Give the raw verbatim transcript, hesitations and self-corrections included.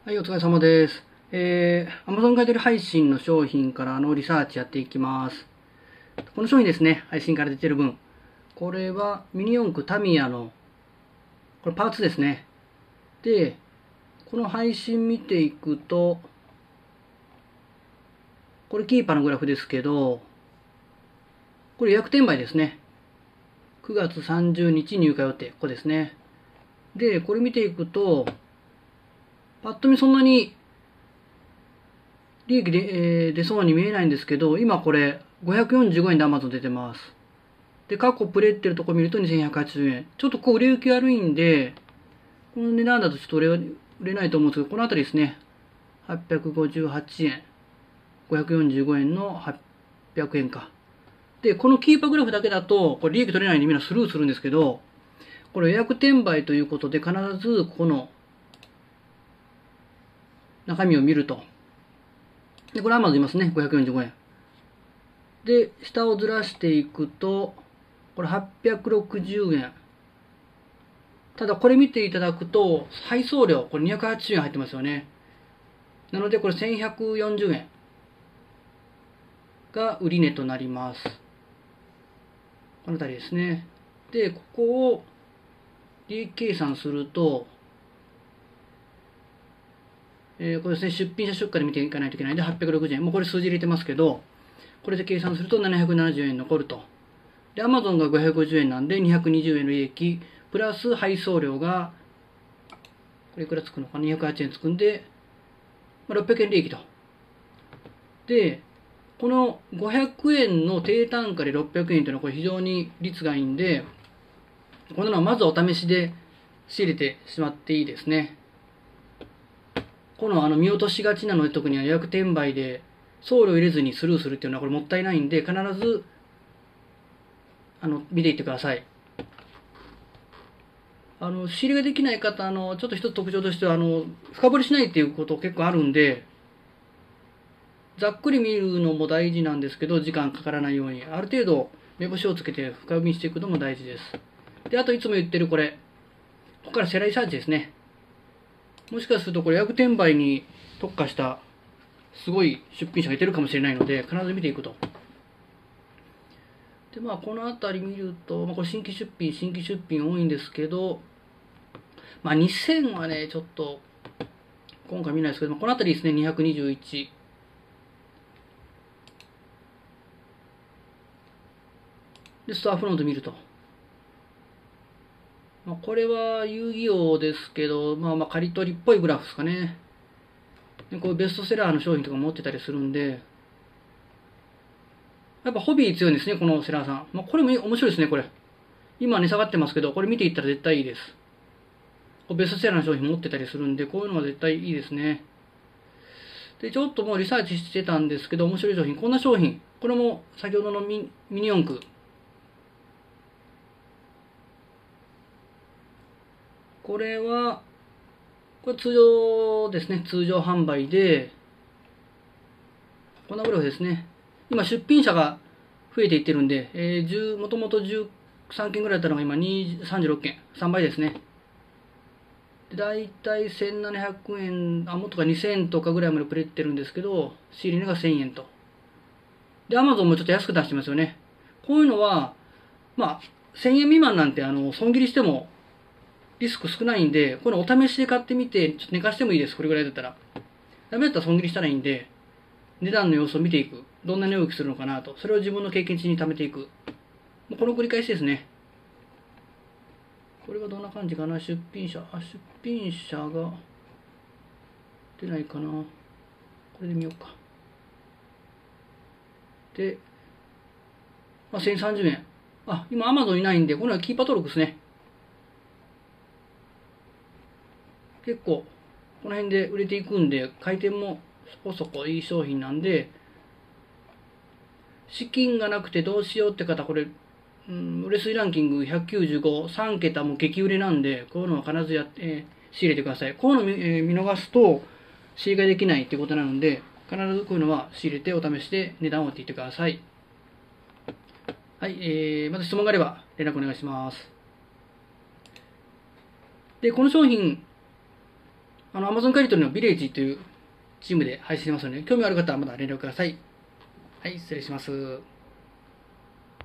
はい、お疲れ様です。えー、Amazon 買取配信の商品からのリサーチやっていきます。この商品ですね、配信から出てる分。これはミニ四駆タミヤの、これパーツですね。で、この配信見ていくと、これキーパーのグラフですけど、これ予約転売ですね。くがつさんじゅうにち入荷予定。ここですね。で、これ見ていくと、パッと見そんなに利益で、えー出そうに見えないんですけど、今これごひゃくよんじゅうごえんで Amazon 出てます。で、過去プレイってるとこ見るとにせんひゃくはちじゅうえん。ちょっとこう売れ行き悪いんで、この値段だとちょっと売れ売れないと思うんですけど、このあたりですね。はっぴゃくごじゅうはちえん。ごひゃくよんじゅうごえんのはっぴゃくえんか。で、このキーパーグラフだけだと、これ利益取れないんでみんなスルーするんですけど、これ予約転売ということで必ずこの中身を見ると。で、これ Amazon いますね。ごひゃくよんじゅうごえん。で、下をずらしていくと、これはっぴゃくろくじゅうえん。ただこれ見ていただくと、配送料、これにひゃくはちじゅうえん入ってますよね。なのでこれせんひゃくよんじゅうえんが売値となります。この辺りですね。で、ここを利益計算すると、えー、これですね、出品者出荷で見ていかないといけないんではっぴゃくろくじゅうえん。もうこれ数字入れてますけど、これで計算するとななひゃくななじゅうえん残ると。で、Amazon がごひゃくごじゅうえんなんでにひゃくにじゅうえんの利益、プラス配送料が、これいくらつくのかな ?にひゃくはちえんつくんで、ろっぴゃくえん利益と。で、このごひゃくえんの低単価でろっぴゃくえんというのはこれ非常に率がいいんで、こののはまずお試しで仕入れてしまっていいですね。このあの見落としがちなので、特に予約転売で送料入れずにスルーするっていうのはこれもったいないんで、必ずあの見ていってください。あの仕入れができない方、あのちょっと一つ特徴としてはあの深掘りしないっていうこと結構あるんで、ざっくり見るのも大事なんですけど、時間かからないようにある程度目星をつけて深読みしていくのも大事です。で、あといつも言ってるこれ、ここから世代サーチですね。もしかするとこれ予約転売に特化したすごい出品者がいてるかもしれないので、必ず見ていくと。で、まあこの辺り見ると、まあ、これ新規出品新規出品多いんですけど、まあにせんはねちょっと今回見ないですけど、この辺りですね。にひゃくにじゅういちで、ストアフロント見ると。まあ、これは遊戯王ですけど、まあまあ刈り取りっぽいグラフですかね。で、こういうベストセラーの商品とか持ってたりするんで、やっぱホビー強いんですね、このセラーさん。まあ、これも面白いですね、これ。今値下がってますけど、これ見ていったら絶対いいです。こうベストセラーの商品持ってたりするんで、こういうのは絶対いいですね。で、ちょっともうリサーチしてたんですけど、面白い商品、こんな商品。これも先ほどのミミニ四駆。これは、これ通常ですね。通常販売で、こんなグラフですね。今出品者が増えていってるんで、えー、もともとじゅうさんけんぐらいだったのが今さんじゅうろっけん。さんばいですね。で、だいたいせんななひゃくえん、あ、もっとかにせんとかぐらいまでプレってるんですけど、仕入れ値がせんえんと。で、Amazon もちょっと安く出してますよね。こういうのは、まあ、せんえん未満なんて、あの、損切りしてもリスク少ないんで、このお試しで買ってみて、ちょっと寝かしてもいいです。これぐらいだったら。ダメだったら損切りしたらいいんで、値段の様子を見ていく。どんな値動きするのかなと。それを自分の経験値に貯めていく。この繰り返しですね。これはどんな感じかな。出品者。あ、出品者が出ないかな。これで見ようか。で、まあ、せんさんじゅうえん。あ、今 Amazon いないんで、これはキーパー登録ですね。結構、この辺で売れていくんで、回転もそこそこいい商品なんで、資金がなくてどうしようって方、これ、うん、売れ筋ランキングひゃくきゅうじゅうご、さんけたも激売れなんで、こういうのは必ずやって、えー、仕入れてください。こういうのを見,、えー見逃すと、仕入れができないってことなので、必ずこういうのは仕入れてお試しで値段を当てていってください。はい、えー、また質問があれば連絡お願いします。で、この商品、 あの、Amazon カリトリのビレッジというチームで配信してますので、興味ある方はまだ連絡ください。はい、失礼します。